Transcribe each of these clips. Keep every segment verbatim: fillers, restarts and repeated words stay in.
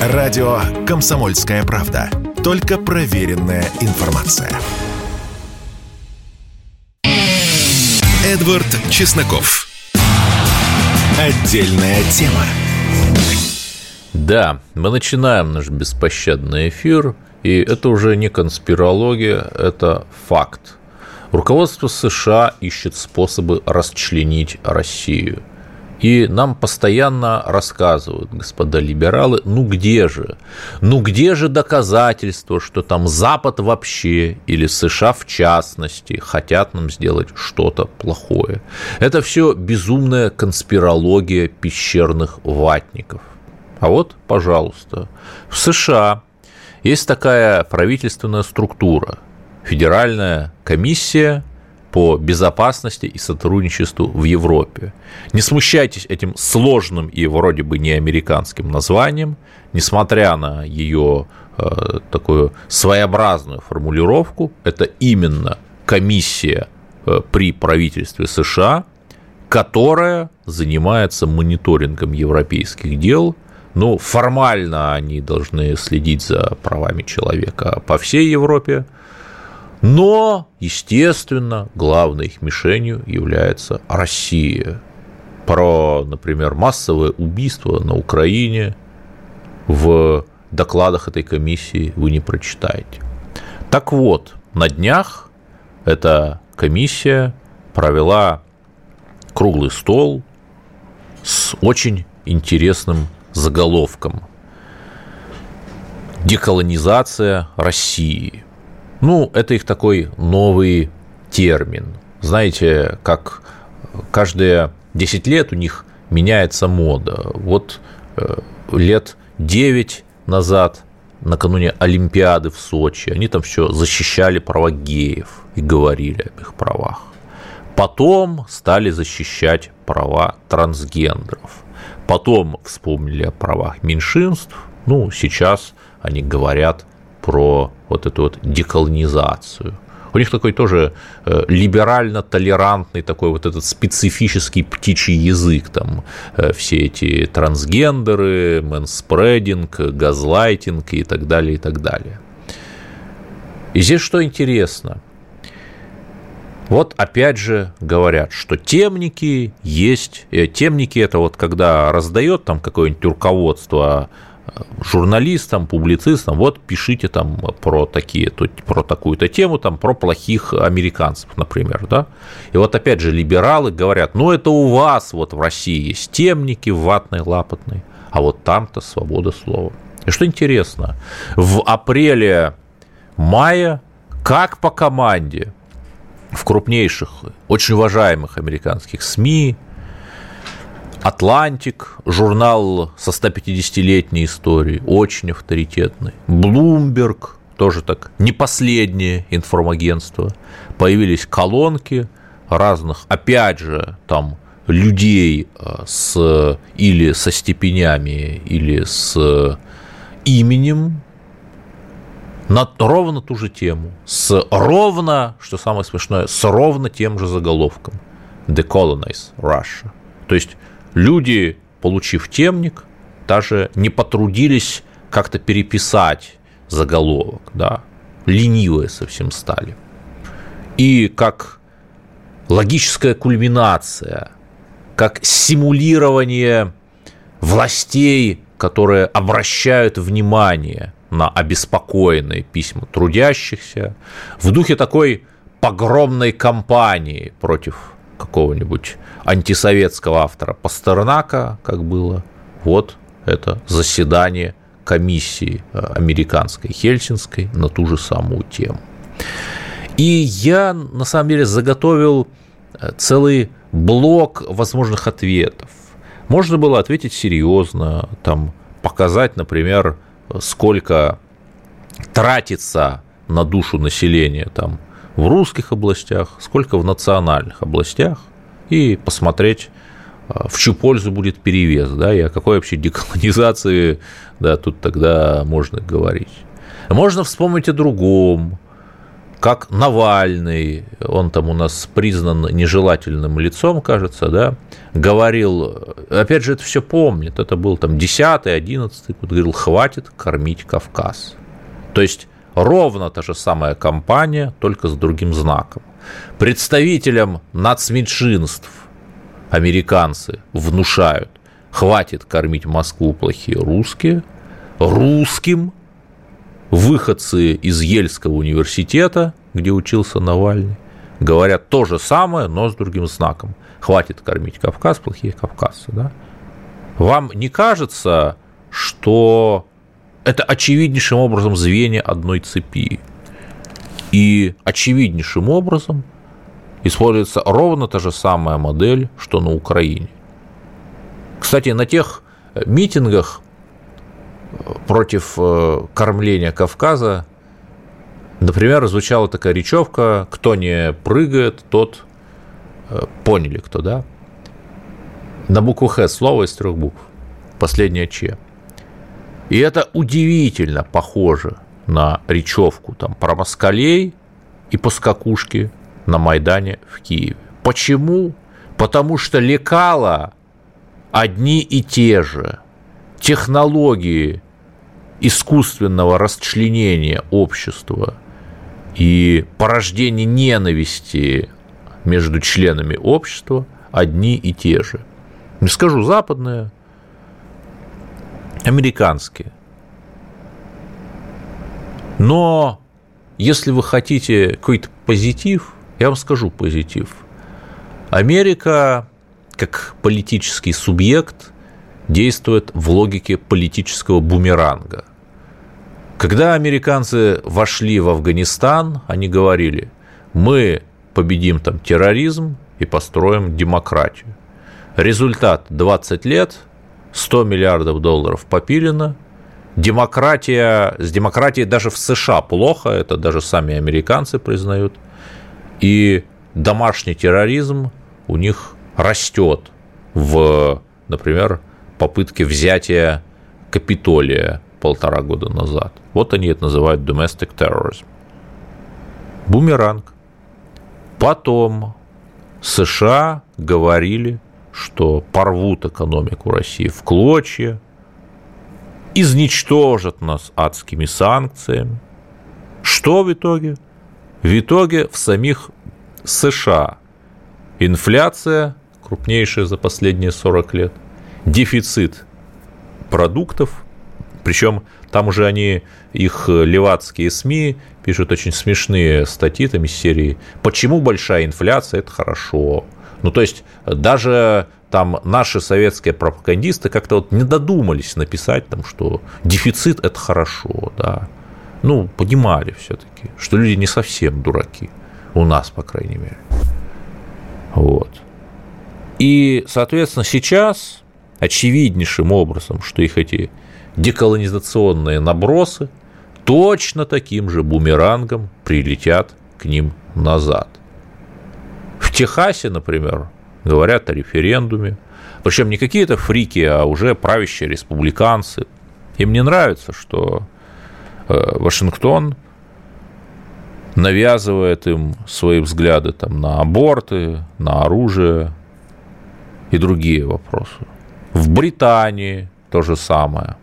Радио «Комсомольская правда». Только проверенная информация. Эдвард Чесноков. Отдельная тема. Да, мы начинаем наш беспощадный эфир, и это уже не конспирология, это факт. Руководство США ищет способы расчленить Россию. И нам постоянно рассказывают, господа либералы, ну где же? Ну где же доказательства, что там Запад вообще или США в частности хотят нам сделать что-то плохое? Это все безумная конспирология пещерных ватников. А вот, пожалуйста, в США есть такая правительственная структура – Федеральная комиссия по безопасности и сотрудничеству в Европе. Не смущайтесь этим сложным и вроде бы не американским названием, несмотря на ее э, такую своеобразную формулировку, это именно комиссия э, при правительстве США, которая занимается мониторингом европейских дел. Ну, формально они должны следить за правами человека по всей Европе, но, естественно, главной их мишенью является Россия. Про, например, массовое убийство на Украине в докладах этой комиссии вы не прочитаете. Так вот, на днях эта комиссия провела круглый стол с очень интересным заголовком «Деколонизация России». Ну, это их такой новый термин. Знаете, как каждые десять лет у них меняется мода. Вот лет девять назад, накануне Олимпиады в Сочи, они там все защищали права геев и говорили об их правах. Потом стали защищать права трансгендеров. Потом вспомнили о правах меньшинств. Ну, сейчас они говорят про вот эту вот деколонизацию. У них такой тоже либерально-толерантный такой вот этот специфический птичий язык, там все эти трансгендеры, мэнспрединг, газлайтинг и так далее, и так далее. И здесь что интересно? Вот опять же говорят, что темники есть, темники это вот когда раздает там какое-нибудь руководство журналистам, публицистам, вот пишите там про такие, про такую-то тему, там про плохих американцев, например, да. И вот опять же либералы говорят, ну это у вас вот в России есть темники в ватной лапотной, а вот там-то свобода слова. И что интересно, в апреле-мае, как по команде, в крупнейших, очень уважаемых американских СМИ, «Атлантик», журнал со сто пятидесятилетней историей, очень авторитетный, «Блумберг», тоже так, не последнее информагентство, появились колонки разных, опять же, там, людей с, или со степенями, или с именем, на ровно ту же тему, с ровно, что самое смешное, с ровно тем же заголовком «Decolonize Russia». То есть люди, получив темник, даже не потрудились как-то переписать заголовок, да, ленивые совсем стали. И как логическая кульминация, как симулирование властей, которые обращают внимание на обеспокоенные письма трудящихся, в духе такой погромной кампании против какого-нибудь антисоветского автора Пастернака, как было, вот это заседание комиссии американской, хельсинской, на ту же самую тему. И я, на самом деле, заготовил целый блок возможных ответов. Можно было ответить серьезно, там, показать, например, сколько тратится на душу населения там, в русских областях, сколько в национальных областях, и посмотреть, в чью пользу будет перевес, да, и о какой вообще деколонизации, да, тут тогда можно говорить. Можно вспомнить о другом, как Навальный, он там у нас признан нежелательным лицом, кажется, да, говорил, опять же, это все помнит, это был там десятый, одиннадцатый год, говорил, хватит кормить Кавказ. То есть ровно та же самая кампания, только с другим знаком. Представителям нацменьшинств американцы внушают, хватит кормить Москву плохие русские, русским выходцы из Ельского университета, где учился Навальный, говорят то же самое, но с другим знаком. Хватит кормить Кавказ, плохие кавказцы. Да? Вам не кажется, что это очевиднейшим образом звенья одной цепи? И очевиднейшим образом используется ровно та же самая модель, что на Украине. Кстати, на тех митингах против кормления Кавказа, например, звучала такая речевка: кто не прыгает, тот... Поняли кто, да? На букву «Х» слово из трех букв, последнее «Ч». И это удивительно похоже на речевку там, про москалей и поскакушки на Майдане в Киеве. Почему? Потому что лекала одни и те же. Технологии искусственного расчленения общества и порождения ненависти между членами общества одни и те же. Не скажу западные, американские. Но если вы хотите какой-то позитив, я вам скажу позитив. Америка, как политический субъект, действует в логике политического бумеранга. Когда американцы вошли в Афганистан, они говорили: мы победим там терроризм и построим демократию. Результат: двадцать лет, сто миллиардов долларов попилено. Демократия, с демократией даже в США плохо, это даже сами американцы признают. И домашний терроризм у них растет в, например, попытке взятия Капитолия полтора года назад. Вот они это называют domestic terrorism. Бумеранг. Потом США говорили, что порвут экономику России в клочья, изничтожат нас адскими санкциями. Что в итоге? В итоге в самих США инфляция, крупнейшая за последние сорок лет, дефицит продуктов, причем там уже они, их левацкие СМИ пишут очень смешные статьи там из серии «Почему большая инфляция – это хорошо?». Ну, то есть, даже там наши советские пропагандисты как-то вот не додумались написать, там, что дефицит – это хорошо, да. Ну, понимали все-таки, что люди не совсем дураки, у нас, по крайней мере. Вот. И, соответственно, сейчас очевиднейшим образом, что их эти деколонизационные набросы точно таким же бумерангом прилетят к ним назад. В Техасе, например, говорят о референдуме, причем не какие-то фрики, а уже правящие республиканцы. Им не нравится, что Вашингтон навязывает им свои взгляды там, на аборты, на оружие и другие вопросы. В Британии то же самое.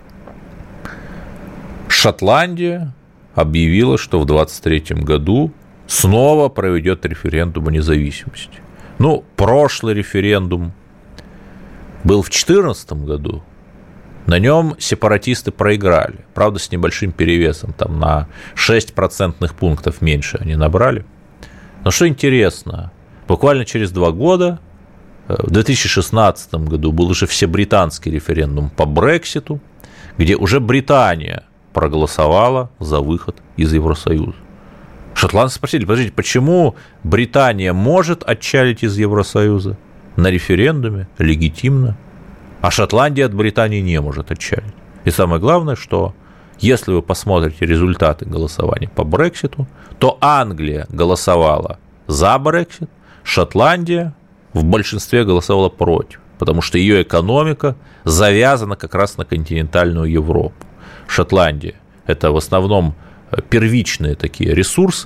Шотландия объявила, что в двадцать третьем году снова проведет референдум о независимости. Ну, прошлый референдум был в две тысячи четырнадцатом году. На нем сепаратисты проиграли. Правда, с небольшим перевесом. Там на шесть процентных пунктов меньше они набрали. Но что интересно, буквально через два года, в две тысячи шестнадцатом году, был уже всебританский референдум по Брекситу, где уже Британия проголосовала за выход из Евросоюза. Шотландцы спросили: подождите, почему Британия может отчалить из Евросоюза на референдуме, легитимно, а Шотландия от Британии не может отчалить? И самое главное, что если вы посмотрите результаты голосования по Брекситу, то Англия голосовала за Брексит, Шотландия в большинстве голосовала против, потому что ее экономика завязана как раз на континентальную Европу. Шотландия – это в основном первичные такие ресурсы,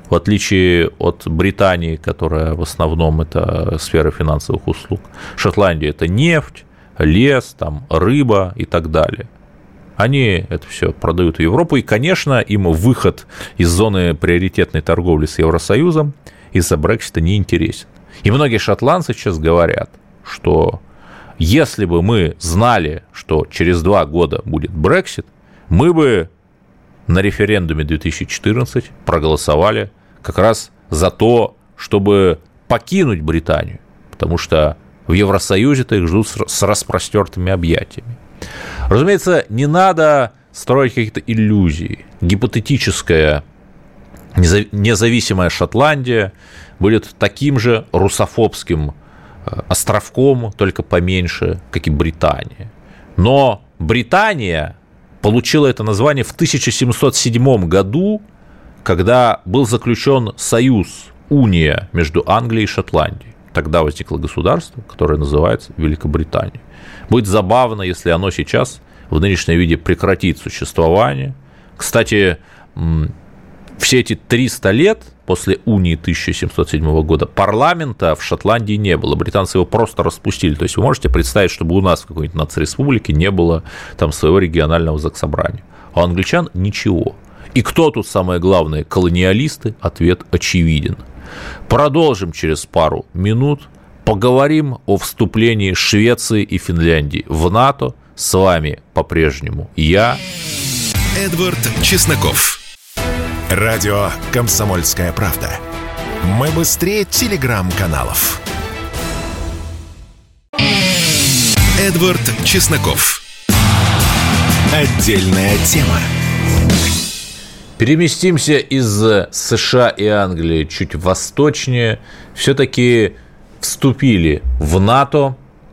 в отличие от Британии, которая в основном это сфера финансовых услуг. Шотландия – это нефть, лес, там, рыба и так далее. Они это все продают в Европу, и, конечно, им выход из зоны приоритетной торговли с Евросоюзом из-за Брексита не интересен. И многие шотландцы сейчас говорят, что если бы мы знали, что через два года будет Брексит, мы бы на референдуме две тысячи четырнадцатом проголосовали как раз за то, чтобы покинуть Британию, потому что в Евросоюзе-то их ждут с распростертыми объятиями. Разумеется, не надо строить какие-то иллюзии. Гипотетическая независимая Шотландия будет таким же русофобским островком, только поменьше, как и Британия. Но Британия получила это название в тысяча семьсот седьмом году, когда был заключен союз, уния между Англией и Шотландией. Тогда возникло государство, которое называется Великобритания. Будет забавно, если оно сейчас в нынешнем виде прекратит существование. Кстати, все эти триста лет после унии тысяча семьсот седьмого года парламента в Шотландии не было. Британцы его просто распустили. То есть вы можете представить, чтобы у нас в какой-нибудь нацреспублике не было там своего регионального заксобрания. А у англичан ничего. И кто тут самое главное? Колониалисты? Ответ очевиден. Продолжим через пару минут. Поговорим о вступлении Швеции и Финляндии в НАТО. С вами по-прежнему я, Эдвард Чесноков. Радио «Комсомольская правда». Мы быстрее телеграм-каналов. Эдвард Чесноков. Отдельная тема. Переместимся из США и Англии чуть восточнее. Все-таки вступили в НАТО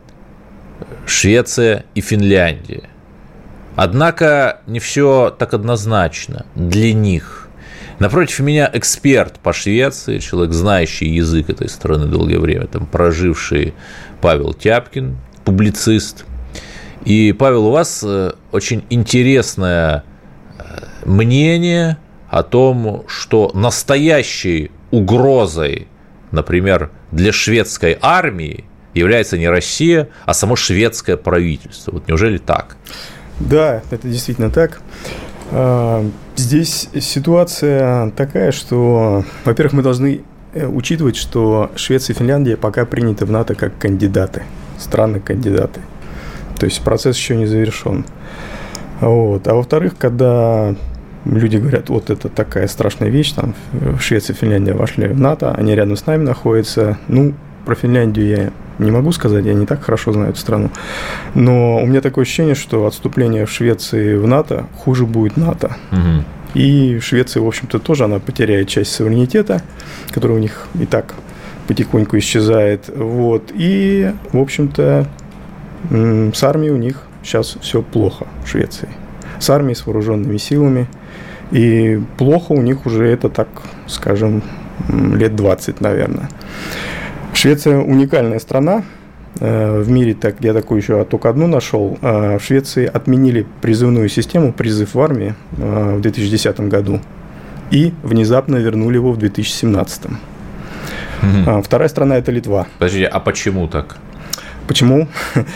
Швеция и Финляндия. Однако не все так однозначно для них. Напротив меня эксперт по Швеции, человек, знающий язык этой страны долгое время, там проживший Павел Тяпкин, публицист. И, Павел, у вас очень интересное мнение о том, что настоящей угрозой, например, для шведской армии является не Россия, а само шведское правительство. Вот неужели так? Да, это действительно так. Здесь ситуация такая, что, во-первых, мы должны учитывать, что Швеция и Финляндия пока приняты в НАТО как кандидаты, страны-кандидаты. То есть процесс еще не завершен. Вот. А во-вторых, когда люди говорят, вот это такая страшная вещь, там Швеция и Финляндия вошли в НАТО, они рядом с нами находятся, ну, про Финляндию я не могу сказать, я не так хорошо знаю эту страну. Но у меня такое ощущение, что отступление в Швеции в НАТО хуже будет НАТО. Угу. И Швеция, в общем-то, тоже она потеряет часть суверенитета, который у них и так потихоньку исчезает. Вот. И, в общем-то, с армией у них сейчас все плохо в Швеции. С армией, с вооруженными силами. И плохо у них уже это, так скажем, лет двадцать, наверное. Швеция уникальная страна. В мире так, я такую еще только одну нашел. В Швеции отменили призывную систему, призыв в армии в две тысячи десятом году. И внезапно вернули его в две тысячи семнадцатом. Угу. Вторая страна – это Литва. Подождите, а почему так? Почему?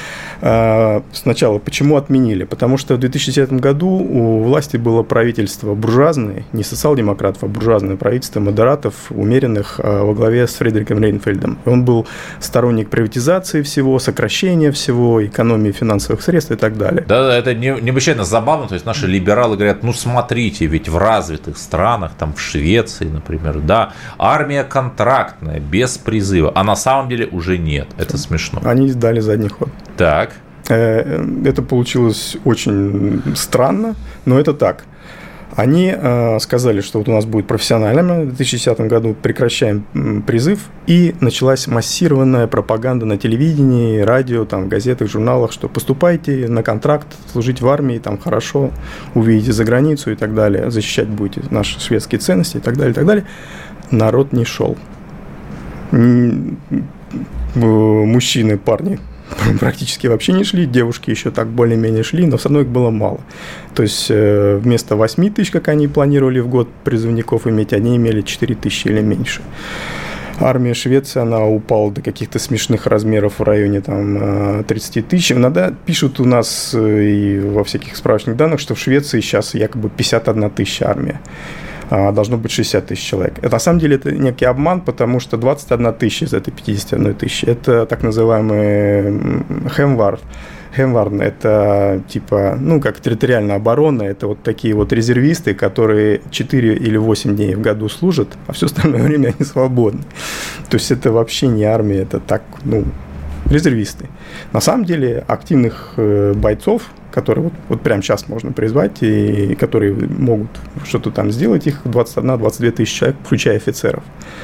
Сначала, почему отменили? Потому что в две тысячи десятом году у власти было правительство буржуазное, не социал-демократов, а буржуазное правительство модератов, умеренных, во главе с Фредериком Рейнфельдом. Он был сторонник приватизации всего, сокращения всего, экономии финансовых средств и так далее. Да, это необычайно забавно. То есть наши либералы говорят, ну смотрите, ведь в развитых странах, там в Швеции, например, да, армия контрактная, без призыва, а на самом деле уже нет. Это смешно. Они дали задний ход. Так. Это получилось очень странно, но это так. Они сказали, что вот у нас будет профессиональное, в две тысячи десятом году прекращаем призыв, и началась массированная пропаганда на телевидении, радио, там, в газетах, журналах, что поступайте на контракт, служить в армии, там хорошо, увидите за границу и так далее, защищать будете наши шведские ценности и так далее, и так далее. Народ не шел. Мужчины, парни практически вообще не шли, девушки еще так более-менее шли, но все равно их было мало. То есть вместо восемь тысяч, как они планировали в год призывников иметь, они имели четыре тысячи или меньше. Армия Швеции, она упала до каких-то смешных размеров в районе там, тридцать тысяч. Иногда пишут у нас и во всяких справочных данных, что в Швеции сейчас якобы пятьдесят одна тысяча армия. Должно быть шестьдесят тысяч человек. Это, на самом деле это некий обман, потому что двадцать одна тысяча из этой пятьдесят одной тысячи – это так называемый Хемвард. Хемвард – это типа, ну, как территориальная оборона, это вот такие вот резервисты, которые четыре или восемь дней в году служат, а все остальное время они свободны. То есть это вообще не армия, это так, ну, резервисты. На самом деле активных бойцов, которые вот, вот прямо сейчас можно призвать, и которые могут что-то там сделать, их двадцать одна - двадцать две тысячи человек, включая офицеров.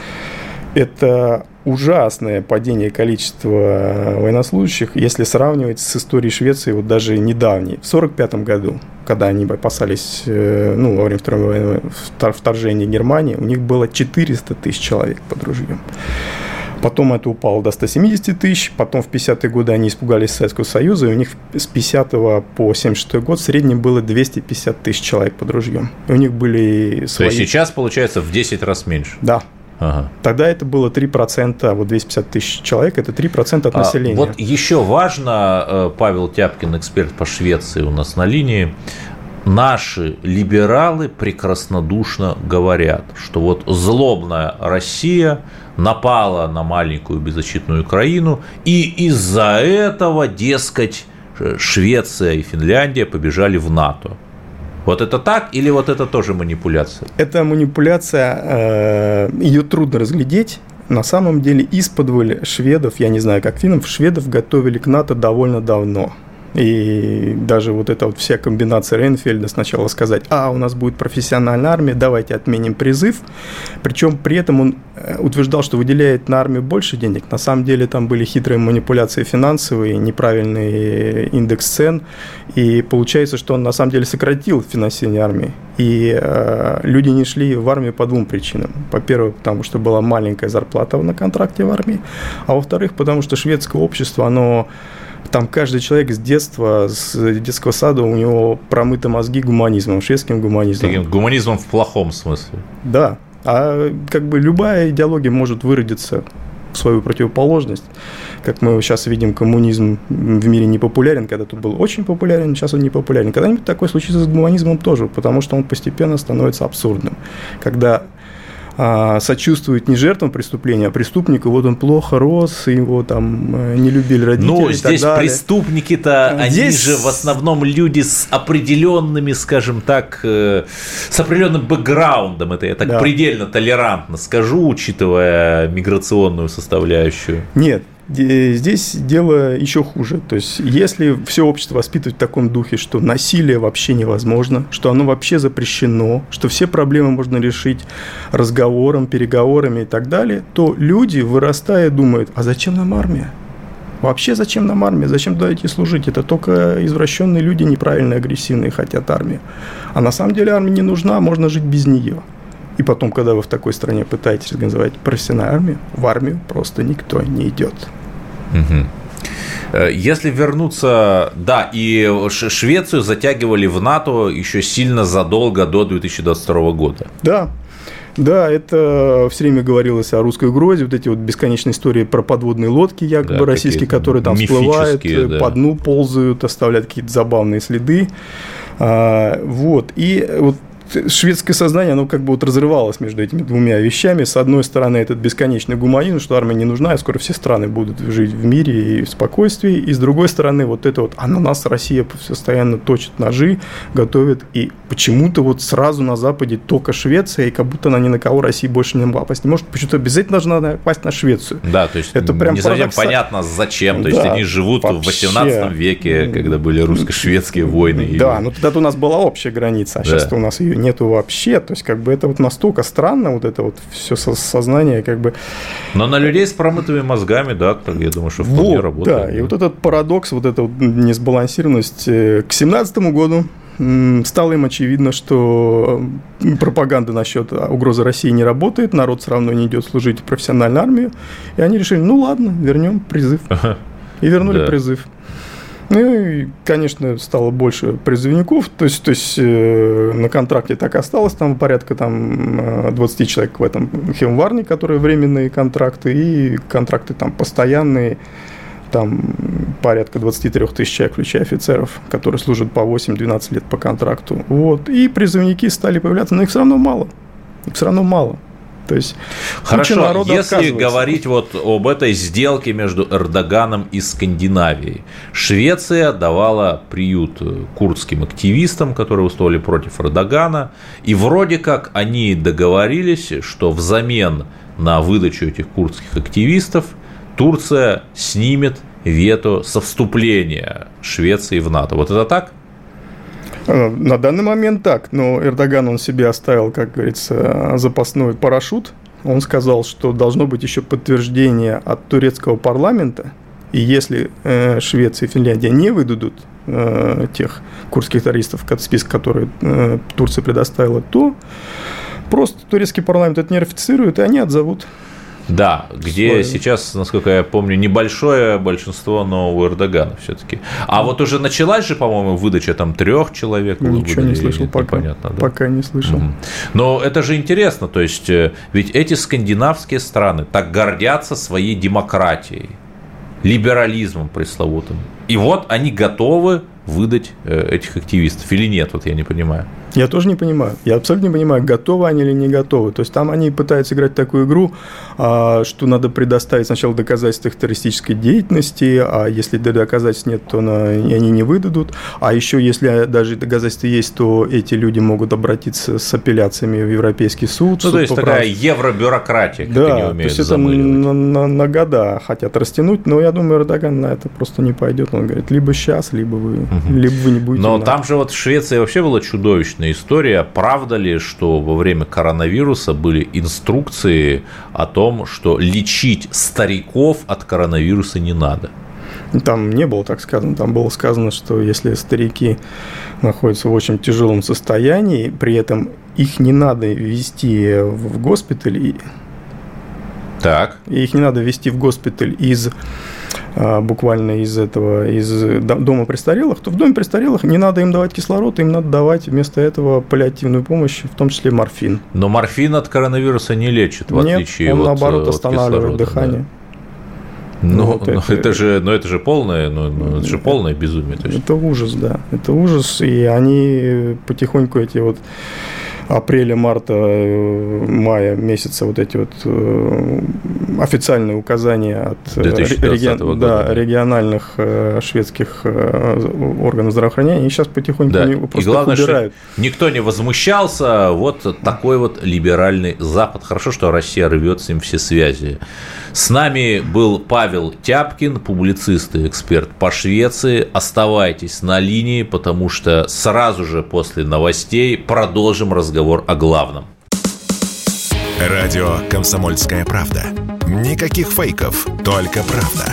Это ужасное падение количества военнослужащих, если сравнивать с историей Швеции, вот даже недавней. В сорок пятом году, когда они опасались, ну, во время второго вторжения Германии, у них было четыреста тысяч человек под ружьем. Потом это упало до ста семидесяти тысяч, потом в пятидесятые годы они испугались Советского Союза, и у них с пятидесятого по семьдесят шестой год в среднем было двести пятьдесят тысяч человек под ружьем. И у них были свои... То есть сейчас, получается, в десять раз меньше? Да. Ага. Тогда это было три процента, вот двести пятьдесят тысяч человек, это три процента от населения. А, вот еще важно, Павел Тяпкин, эксперт по Швеции у нас на линии, наши либералы прекраснодушно говорят, что вот злобная Россия напала на маленькую беззащитную Украину, и из-за этого, дескать, Швеция и Финляндия побежали в НАТО. Вот это так или вот это тоже манипуляция? Это манипуляция, ее трудно разглядеть. На самом деле исподволь шведов, я не знаю, как финнов, шведов готовили к НАТО довольно давно. И даже вот эта вот вся комбинация Рейнфельда сначала сказать, а, у нас будет профессиональная армия, давайте отменим призыв. Причем при этом он утверждал, что выделяет на армию больше денег. На самом деле там были хитрые манипуляции финансовые, неправильный индекс цен. И получается, что он на самом деле сократил финансирование армии. И э, люди не шли в армию по двум причинам. Во-первых, потому что была маленькая зарплата на контракте в армии. А во-вторых, потому что шведское общество, оно... Там каждый человек с детства, с детского сада, у него промыты мозги гуманизмом, шведским гуманизмом. Таким гуманизмом в плохом смысле. Да. А как бы любая идеология может выродиться в свою противоположность. Как мы сейчас видим, коммунизм в мире не популярен, когда-то был очень популярен, сейчас он не популярен. Когда-нибудь такое случится с гуманизмом тоже, потому что он постепенно становится абсурдным. Когда сочувствует не жертвам преступления, а преступнику, вот он плохо рос, его там не любили родители. Ну, и здесь так далее. Преступники-то, здесь... они же в основном люди с определенными, скажем так, с определенным бэкграундом, это я так да. предельно толерантно скажу, учитывая миграционную составляющую. Нет. Здесь дело еще хуже. То есть, если все общество воспитывать в таком духе, что насилие вообще невозможно, что оно вообще запрещено, что все проблемы можно решить разговором, переговорами и так далее, то люди, вырастая, думают, а зачем нам армия? Вообще зачем нам армия? Зачем туда идти служить? Это только извращенные люди, неправильные, агрессивные, хотят армию. А на самом деле армия не нужна, можно жить без нее. И потом, когда вы в такой стране пытаетесь организовать профессиональную армию, в армию просто никто не идет. Угу. Если вернуться, да, и Швецию затягивали в НАТО еще сильно задолго до две тысячи двадцать второго года. Да. Да, это все время говорилось о русской угрозе, вот эти вот бесконечные истории про подводные лодки, якобы да, российские, которые там всплывают, да. по дну ползают, оставляют какие-то забавные следы. А, вот, и вот шведское сознание, оно как бы вот разрывалось между этими двумя вещами. С одной стороны, этот бесконечный гуманизм, что армия не нужна, и скоро все страны будут жить в мире и в спокойствии. И с другой стороны, вот это вот, а на нас Россия постоянно точит ножи, готовит. И почему-то вот сразу на Западе только Швеция, и как будто она ни на кого России больше не напасть не может. Почему-то обязательно должна напасть на Швецию. Да, то есть это прям не совсем понятно, зачем. То есть да, они живут вообще в восемнадцатом веке, когда были русско-шведские войны. Да, но тогда-то у нас была общая граница, а да. сейчас-то у нас ее нету вообще, то есть как бы это вот настолько странно, вот это вот все сознание как бы... Но на людей с промытыми мозгами, да, я думаю, что вполне вот, работает. Да, да, и вот этот парадокс, вот эта вот несбалансированность к семнадцатому году стало им очевидно, что пропаганда насчет угрозы России не работает, народ все равно не идет служить в профессиональную армию, и они решили, ну ладно, вернем призыв. и вернули да. призыв. Ну и, конечно, стало больше призывников, то есть, то есть э, на контракте так осталось, там порядка там, двадцать человек в этом Химварне, которые временные контракты, и контракты там постоянные, там порядка двадцать три тысячи человек, включая офицеров, которые служат по восемь-двенадцать лет по контракту. Вот. И призывники стали появляться, но их все равно мало, их все равно мало. То есть, хорошо, если говорить вот об этой сделке между Эрдоганом и Скандинавией, Швеция давала приют курдским активистам, которые выступали против Эрдогана, и вроде как они договорились, что взамен на выдачу этих курдских активистов Турция снимет вето со вступления Швеции в НАТО. Вот это так? На данный момент так, но Эрдоган, он себе оставил, как говорится, запасной парашют. Он сказал, что должно быть еще подтверждение от турецкого парламента, и если э, Швеция и Финляндия не выдадут э, тех курдских террористов, список, который э, Турция предоставила, то просто турецкий парламент это не ратифицирует, и они отзовут. Да, где Свой. Сейчас, насколько я помню, небольшое большинство, но у Эрдогана все-таки. А вот уже началась же, по-моему, выдача там трех человек. Ничего не слышал пока. Непонятно, да? Пока не слышал. Угу. Но это же интересно, то есть ведь эти скандинавские страны так гордятся своей демократией, либерализмом пресловутым. И вот они готовы выдать этих активистов или нет, вот я не понимаю. Я тоже не понимаю. Я абсолютно не понимаю, готовы они или не готовы. То есть там они пытаются играть такую игру, что надо предоставить сначала доказательства их террористической деятельности, а если доказательств нет, то они не выдадут. А еще если даже доказательства есть, то эти люди могут обратиться с апелляциями в Европейский суд. Ну, суд то есть поправ... такая евробюрократия, как да, они умеют то есть это замыливать. На, на, на года хотят растянуть, но я думаю, Эрдоган на это просто не пойдет. Он говорит, либо сейчас, либо вы, угу. либо вы не будете. Но надо. там же вот в Швеции вообще была чудовищная история. Правда ли, что во время коронавируса были инструкции о том, что лечить стариков от коронавируса не надо? Там не было так сказано. Там было сказано, что если старики находятся в очень тяжелом состоянии, при этом их не надо везти в госпиталь. Так. И их не надо везти в госпиталь из буквально из этого, из дома престарелых, то в доме престарелых не надо им давать кислород, им надо давать вместо этого паллиативную помощь, в том числе морфин. Но морфин от коронавируса не лечит, в Нет, отличие он, от наоборот, от останавливает дыхание. Да. Ну, вот это, это же, ну, это же полное, ну, ну, это же полное безумие. То есть. Это ужас, да, это ужас, и они потихоньку эти вот апреля, марта, мая месяца вот эти вот официальные указания от регион, года, да, да. региональных шведских органов здравоохранения, они сейчас потихоньку да. просто и главное, убирают. Что никто не возмущался, вот такой вот либеральный Запад. Хорошо, что Россия рвет с ним все связи. С нами был Павел Тяпкин, публицист и эксперт по Швеции. Оставайтесь на линии, потому что сразу же после новостей продолжим разговор о главном. Радио «Комсомольская правда». Никаких фейков, только правда.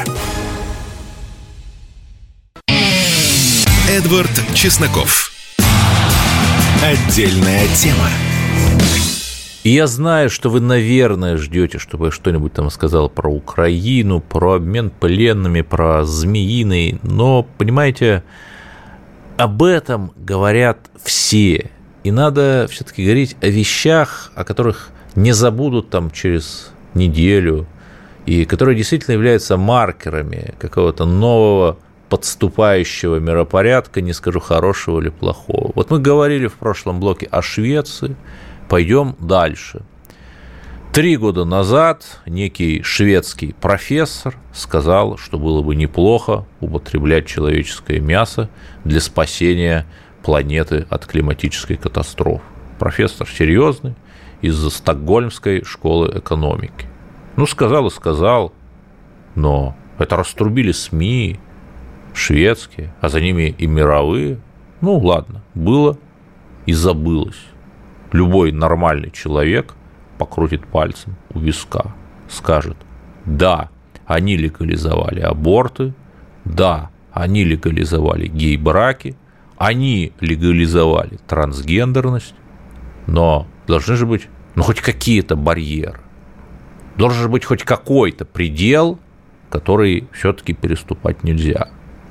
Эдвард Чесноков. Отдельная тема. И я знаю, что вы, наверное, ждете, чтобы я что-нибудь там сказал про Украину, про обмен пленными, про Змеиный, но, понимаете, об этом говорят все. И надо все-таки говорить о вещах, о которых не забудут там через неделю, и которые действительно являются маркерами какого-то нового подступающего миропорядка, не скажу хорошего или плохого. Вот мы говорили в прошлом блоке о Швеции, пойдем дальше. Три года назад некий шведский профессор сказал, что было бы неплохо употреблять человеческое мясо для спасения планеты от климатической катастрофы. Профессор серьезный, из Стокгольмской школы экономики. Ну, сказал и сказал, но это раструбили СМИ, шведские, а за ними и мировые. Ну, ладно, было и забылось. Любой нормальный человек покрутит пальцем у виска, скажет, да, они легализовали аборты, да, они легализовали гей-браки, они легализовали трансгендерность, но должны же быть, ну, хоть какие-то барьеры, должен же быть хоть какой-то предел, который все-таки переступать нельзя.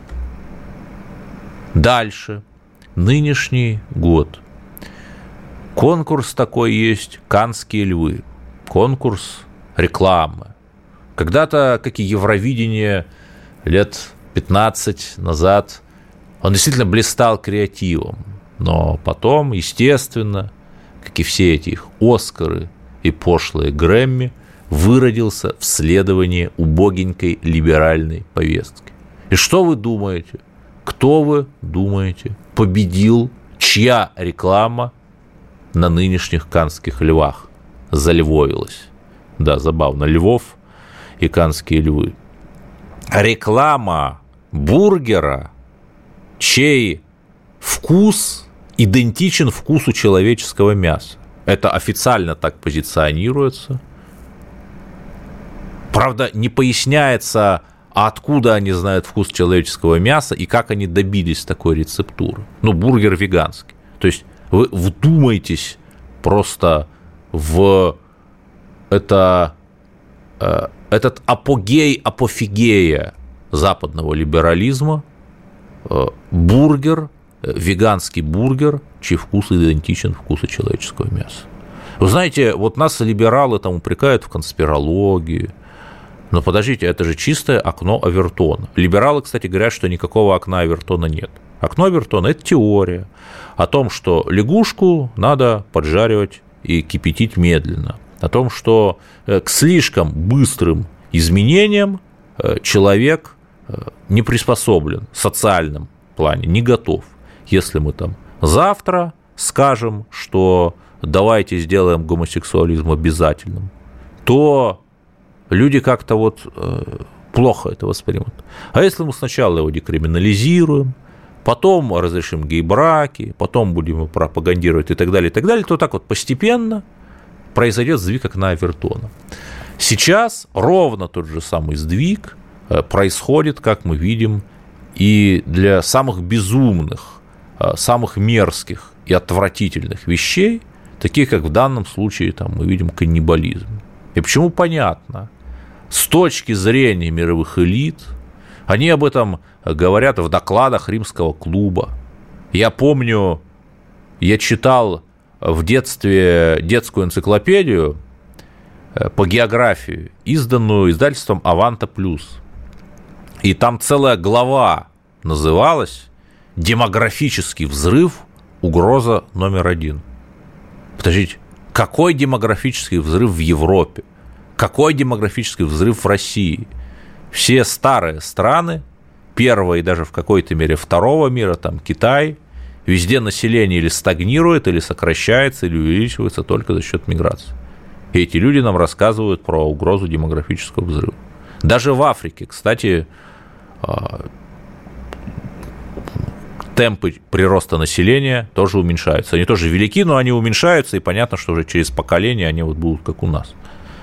Дальше. Нынешний год. Конкурс такой есть «Каннские львы». Конкурс рекламы. Когда-то, как и Евровидение лет пятнадцать назад, он действительно блистал креативом. Но потом, естественно, как и все эти их «Оскары» и пошлые Грэмми, выродился в следовании убогенькой либеральной повестки. И что вы думаете? Кто вы думаете победил? Чья реклама на нынешних каннских львах зальвовилась? Да, забавно. Львов и каннские львы. Реклама бургера, чей вкус идентичен вкусу человеческого мяса. Это официально так позиционируется. Правда, не поясняется, откуда они знают вкус человеческого мяса и как они добились такой рецептуры. Ну, бургер веганский. То есть вы вдумайтесь просто в это, э, этот апогей апофигея западного либерализма. Э, бургер, э, веганский бургер, чей вкус идентичен вкусу человеческого мяса. Вы знаете, вот нас либералы там упрекают в конспирологии. Но подождите, это же чистое окно Овертона. Либералы, кстати, говорят, что никакого окна Овертона нет. Окно Овертона – это теория о том, что лягушку надо поджаривать и кипятить медленно. О том, что к слишком быстрым изменениям человек не приспособлен в социальном плане, не готов. Если мы там завтра скажем, что давайте сделаем гомосексуализм обязательным, то люди как-то вот э, плохо это воспримут. А если мы сначала его декриминализируем, потом разрешим гей-браки, потом будем его пропагандировать и так далее, и так далее, то так вот постепенно произойдет сдвиг окна Овертона. Сейчас ровно тот же самый сдвиг э, происходит, как мы видим, и для самых безумных, э, самых мерзких и отвратительных вещей, таких как в данном случае там, мы видим каннибализм. И почему понятно? С точки зрения мировых элит, они об этом говорят в докладах Римского клуба. Я помню, я читал в детстве детскую энциклопедию по географии, изданную издательством «Аванта плюс». И там целая глава называлась «Демографический взрыв. Угроза номер один». Подождите, какой демографический взрыв в Европе? Какой демографический взрыв в России? Все старые страны, первого и даже в какой-то мере второго мира, там Китай, везде население или стагнирует, или сокращается, или увеличивается только за счет миграции. И эти люди нам рассказывают про угрозу демографического взрыва. Даже в Африке, кстати, темпы прироста населения тоже уменьшаются. Они тоже велики, но они уменьшаются, и понятно, что уже через поколение они вот будут как у нас.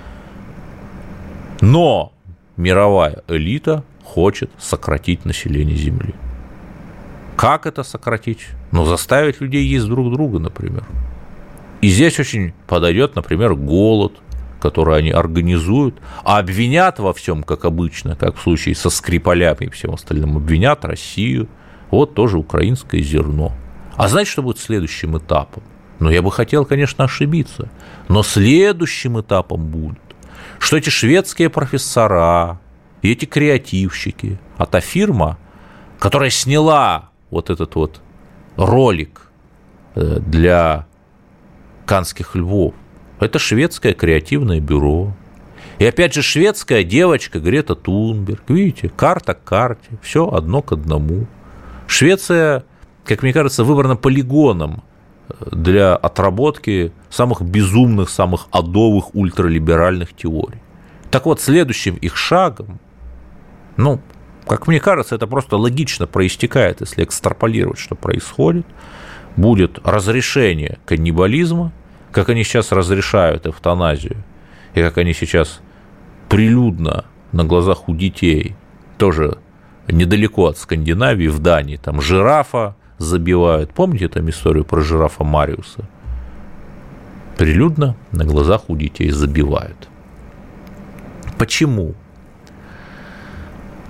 Но мировая элита хочет сократить население Земли. Как это сократить? Ну, заставить людей есть друг друга, например. И здесь очень подойдет, например, голод, который они организуют, а обвинят во всем, как обычно, как в случае со Скрипалями и всем остальным, обвинят Россию. Вот тоже украинское зерно. А знаете, что будет следующим этапом? Ну, я бы хотел, конечно, ошибиться, но следующим этапом будет, что эти шведские профессора и эти креативщики, а та фирма, которая сняла вот этот вот ролик для каннских львов, это шведское креативное бюро. И опять же шведская девочка Грета Тунберг. Видите, карта к карте, все одно к одному. Швеция, как мне кажется, выбрана полигоном для отработки самых безумных, самых адовых ультралиберальных теорий. Так вот, следующим их шагом, ну, как мне кажется, это просто логично проистекает, если экстраполировать, что происходит, будет разрешение каннибализма, как они сейчас разрешают эвтаназию, и как они сейчас прилюдно на глазах у детей, тоже недалеко от Скандинавии, в Дании, там жирафа забивают. Помните там историю про жирафа Мариуса? Прилюдно на глазах у детей забивают. Почему?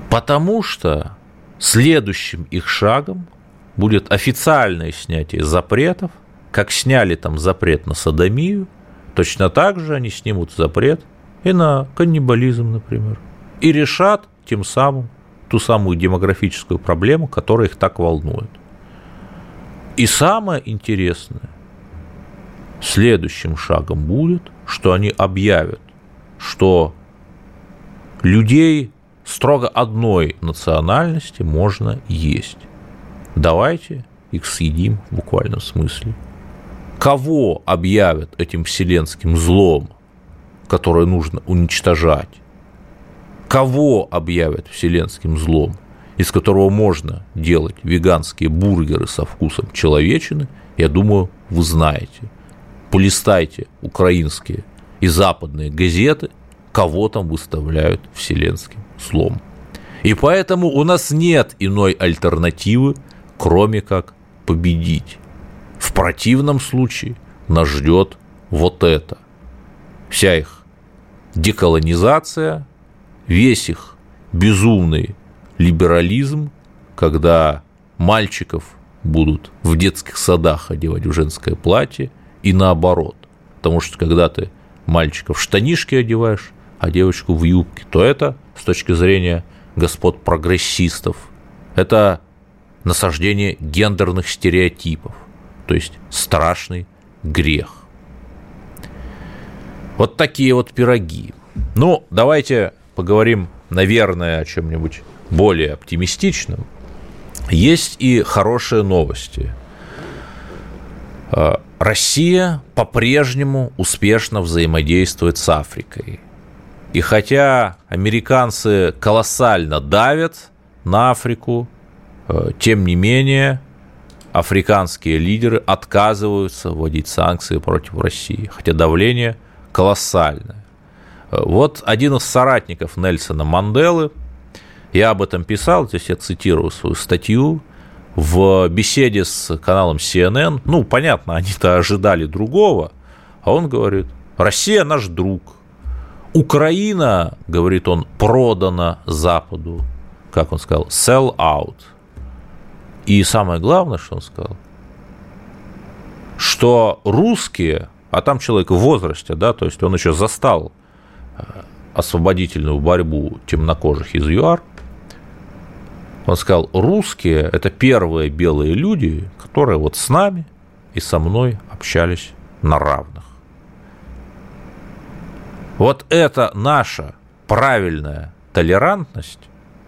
Потому что следующим их шагом будет официальное снятие запретов, как сняли там запрет на содомию, точно так же они снимут запрет и на каннибализм, например, и решат тем самым ту самую демографическую проблему, которая их так волнует. И самое интересное, следующим шагом будет, что они объявят, что людей строго одной национальности можно есть. Давайте их съедим в буквальном смысле. Кого объявят этим вселенским злом, которое нужно уничтожать? Кого объявят вселенским злом, из которого можно делать веганские бургеры со вкусом человечины, я думаю, вы знаете. Полистайте украинские и западные газеты, кого там выставляют вселенским злом. И поэтому у нас нет иной альтернативы, кроме как победить. В противном случае нас ждет вот это. Вся их деколонизация, весь их безумный либерализм, когда мальчиков будут в детских садах одевать в женское платье, и наоборот. Потому что когда ты мальчика в штанишки одеваешь, а девочку в юбке, то это, с точки зрения господ прогрессистов, это насаждение гендерных стереотипов, то есть страшный грех. Вот такие вот пироги. Ну, давайте поговорим, наверное, о чем-нибудь более оптимистичном. Есть и хорошие новости. Россия по-прежнему успешно взаимодействует с Африкой. И хотя американцы колоссально давят на Африку, тем не менее африканские лидеры отказываются вводить санкции против России, хотя давление колоссальное. Вот один из соратников Нельсона Манделы, я об этом писал, здесь я цитирую свою статью, в беседе с каналом си эн эн, ну, понятно, они-то ожидали другого, а он говорит: Россия наш друг, Украина, говорит он, продана Западу, как он сказал, sell out. И самое главное, что он сказал, что русские, а там человек в возрасте, да, то есть он еще застал освободительную борьбу темнокожих из ЮАР, он сказал, русские – это первые белые люди, которые вот с нами и со мной общались на равных. Вот это наша правильная толерантность,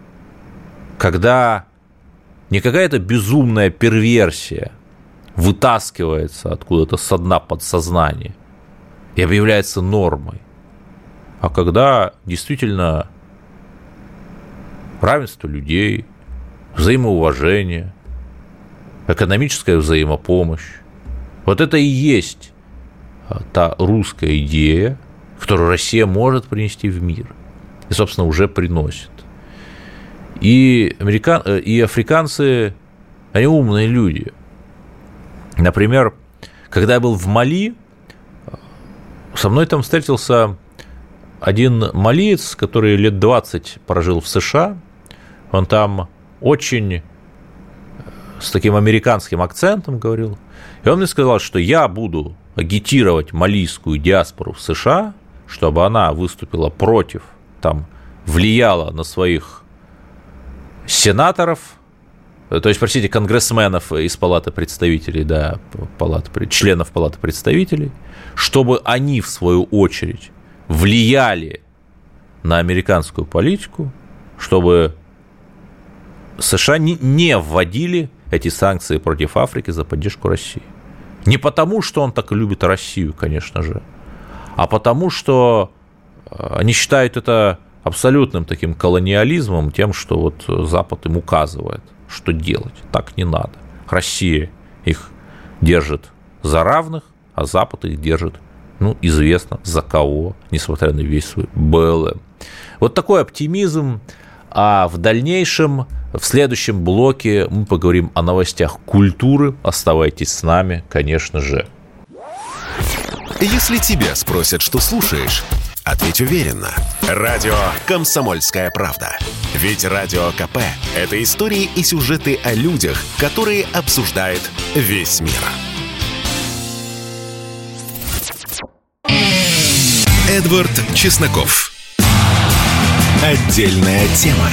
когда не какая-то безумная перверсия вытаскивается откуда-то со дна подсознания и объявляется нормой, а когда действительно равенство людей, взаимоуважение, экономическая взаимопомощь. Вот это и есть та русская идея, которую Россия может принести в мир. И, собственно, уже приносит. И, американ... и африканцы, они умные люди. Например, когда я был в Мали, со мной там встретился один малиец, который лет двадцать прожил в США. Он там очень с таким американским акцентом говорил. И он мне сказал, что я буду агитировать малийскую диаспору в США, чтобы она выступила против, там, влияла на своих сенаторов, то есть, простите, конгрессменов из Палаты представителей, да, палаты, членов Палаты представителей, чтобы они, в свою очередь, влияли на американскую политику, чтобы США не, не вводили эти санкции против Африки за поддержку России. Не потому, что он так любит Россию, конечно же, а потому, что они считают это абсолютным таким колониализмом, тем, что вот Запад им указывает, что делать. Так не надо. Россия их держит за равных, а Запад их держит, ну, известно за кого, несмотря на весь свой бэ эл эм. Вот такой оптимизм. А в дальнейшем, в следующем блоке мы поговорим о новостях культуры. Оставайтесь с нами, конечно же. Если тебя спросят, что слушаешь, Ответь уверенно. Радио «Комсомольская правда». Ведь Радио КП – это истории и сюжеты о людях, которые обсуждает весь мир. Эдвард Чесноков. Отдельная тема.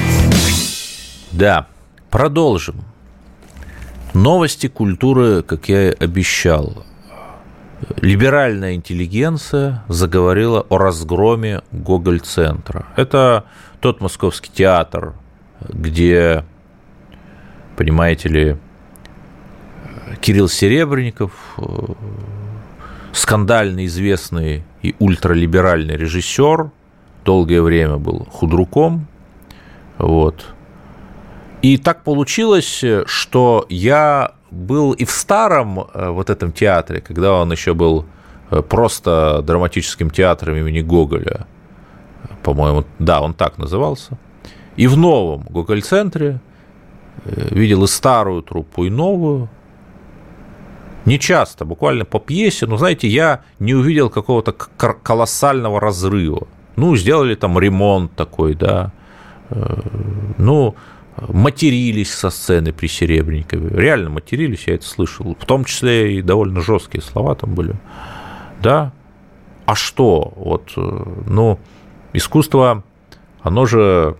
Да, продолжим. Новости культуры, как я и обещал. Либеральная интеллигенция заговорила о разгроме Гоголь-центра. Это тот московский театр, где, понимаете ли, Кирилл Серебренников, скандально известный и ультралиберальный режиссер, долгое время был худруком. Вот. И так получилось, что я был и в старом вот этом театре, когда он еще был просто драматическим театром имени Гоголя, по-моему, да, он так назывался, и в новом Гоголь-центре видел и старую труппу, и новую. Не часто, буквально по пьесе, но, знаете, я не увидел какого-то колоссального разрыва. Ну, сделали там ремонт такой, да, ну, матерились со сцены при Серебренникове. Реально матерились, я это слышал. В том числе и довольно жесткие слова там были. Да? А что? Вот, ну, искусство, оно же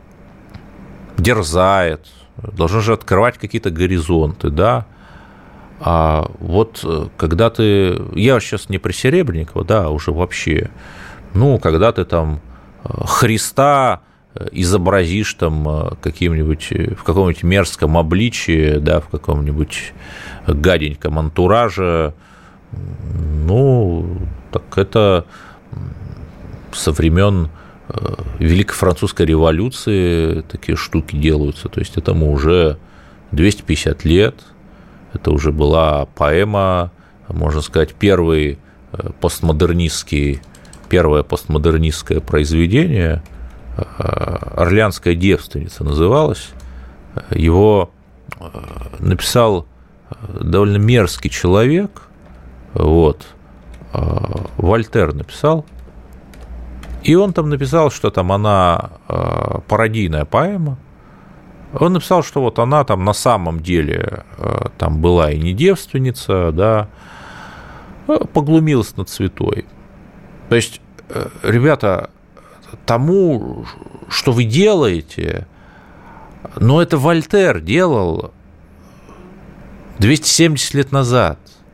дерзает, должно же открывать какие-то горизонты, да? А вот когда ты... Я сейчас не про Серебренникова, да, уже вообще. Ну, когда ты там Христа изобразишь там каким-нибудь, в каком-нибудь мерзком обличии, да, в каком-нибудь гаденьком антураже, ну, так это со времен Великой Французской революции такие штуки делаются, то есть этому уже двести пятьдесят лет, это уже была поэма, можно сказать, первый постмодернистский, первое постмодернистское произведение, «Орлеанская девственница» называлась. Его написал довольно мерзкий человек, вот, Вольтер написал, и он там написал, что там она пародийная поэма. Он написал, что вот она там на самом деле там была и не девственница, да, поглумилась над святой. То есть, ребята, тому, что вы делаете, но это Вольтер делал двести семьдесят лет назад.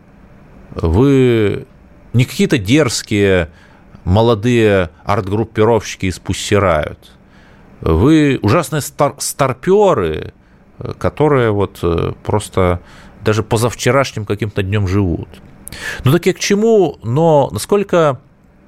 Вы не какие-то дерзкие молодые арт-группировщики из Pussy Riot. Вы ужасные стар- старпёры, которые вот просто даже позавчерашним каким-то днем живут. Ну так я к чему? Но насколько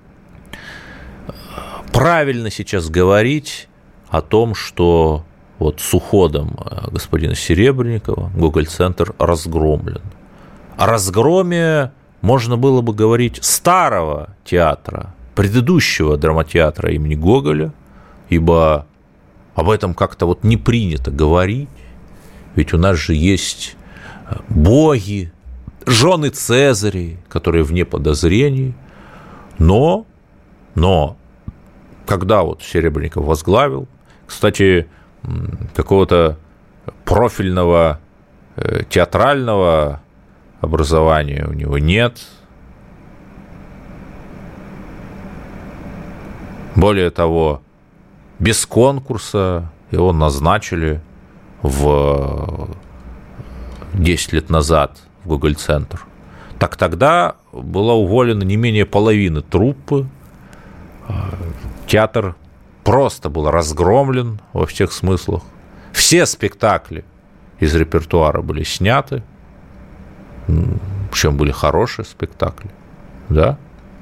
правильно сейчас говорить о том, что вот с уходом господина Серебренникова Гоголь-центр разгромлен. О разгроме можно было бы говорить старого театра, предыдущего драматеатра имени Гоголя, ибо об этом как-то вот не принято говорить, ведь у нас же есть боги, жены Цезарей, которые вне подозрений, но, но, когда вот Серебренников возглавил, кстати, какого-то профильного театрального образования у него нет. Более того, без конкурса его назначили в десять лет назад в Гоголь-центр. Так тогда была уволена не менее половины труппы. Театр просто был разгромлен во всех смыслах. Все спектакли из репертуара были сняты. Причем были хорошие спектакли. Да?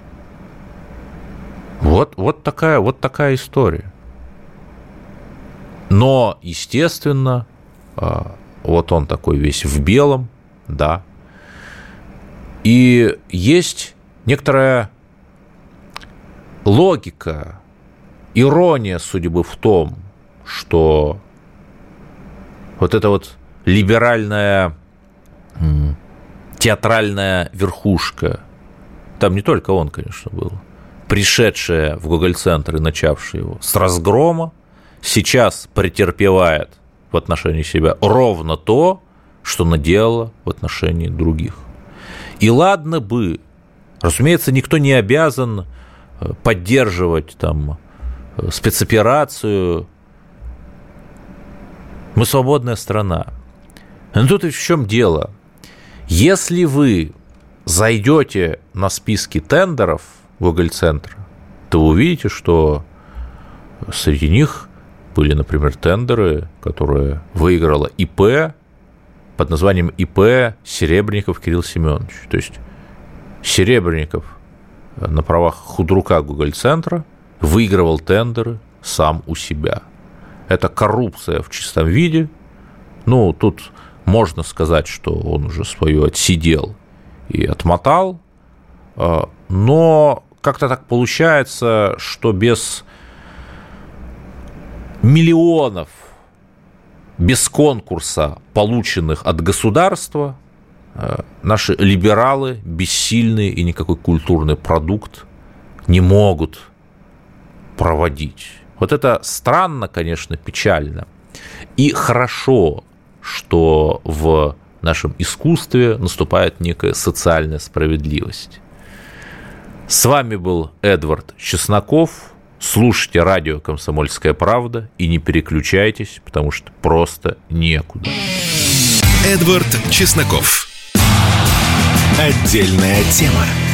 Вот, вот, такая, вот такая история. Но, естественно, вот он такой весь в белом, да. И есть некоторая логика, ирония судьбы в том, что вот эта вот либеральная театральная верхушка, там не только он, конечно, был, пришедшая в Гоголь-центр и начавшая его с разгрома, сейчас претерпевает в отношении себя ровно то, что наделала в отношении других. И ладно бы, разумеется, никто не обязан поддерживать там спецоперацию. Мы свободная страна. Но тут и в чем дело? Если вы зайдете на списки тендеров Гоголь-центра, то вы увидите, что среди них были, например, тендеры, которые выиграла ИП под названием ИП Серебренников Кирилл Семенович. То есть Серебренников на правах худрука Гоголь-центра выигрывал тендеры сам у себя. Это коррупция в чистом виде. Ну, тут можно сказать, что он уже свою отсидел и отмотал, но как-то так получается, что без миллионов, без конкурса, полученных от государства, наши либералы, бессильные и никакой культурный продукт не могут проводить. Вот это странно, конечно, печально. И хорошо, что в нашем искусстве наступает некая социальная справедливость. С вами был Эдвард Чесноков. Слушайте радио «Комсомольская правда» и не переключайтесь, потому что просто некуда. Эдвард Чесноков. Отдельная тема.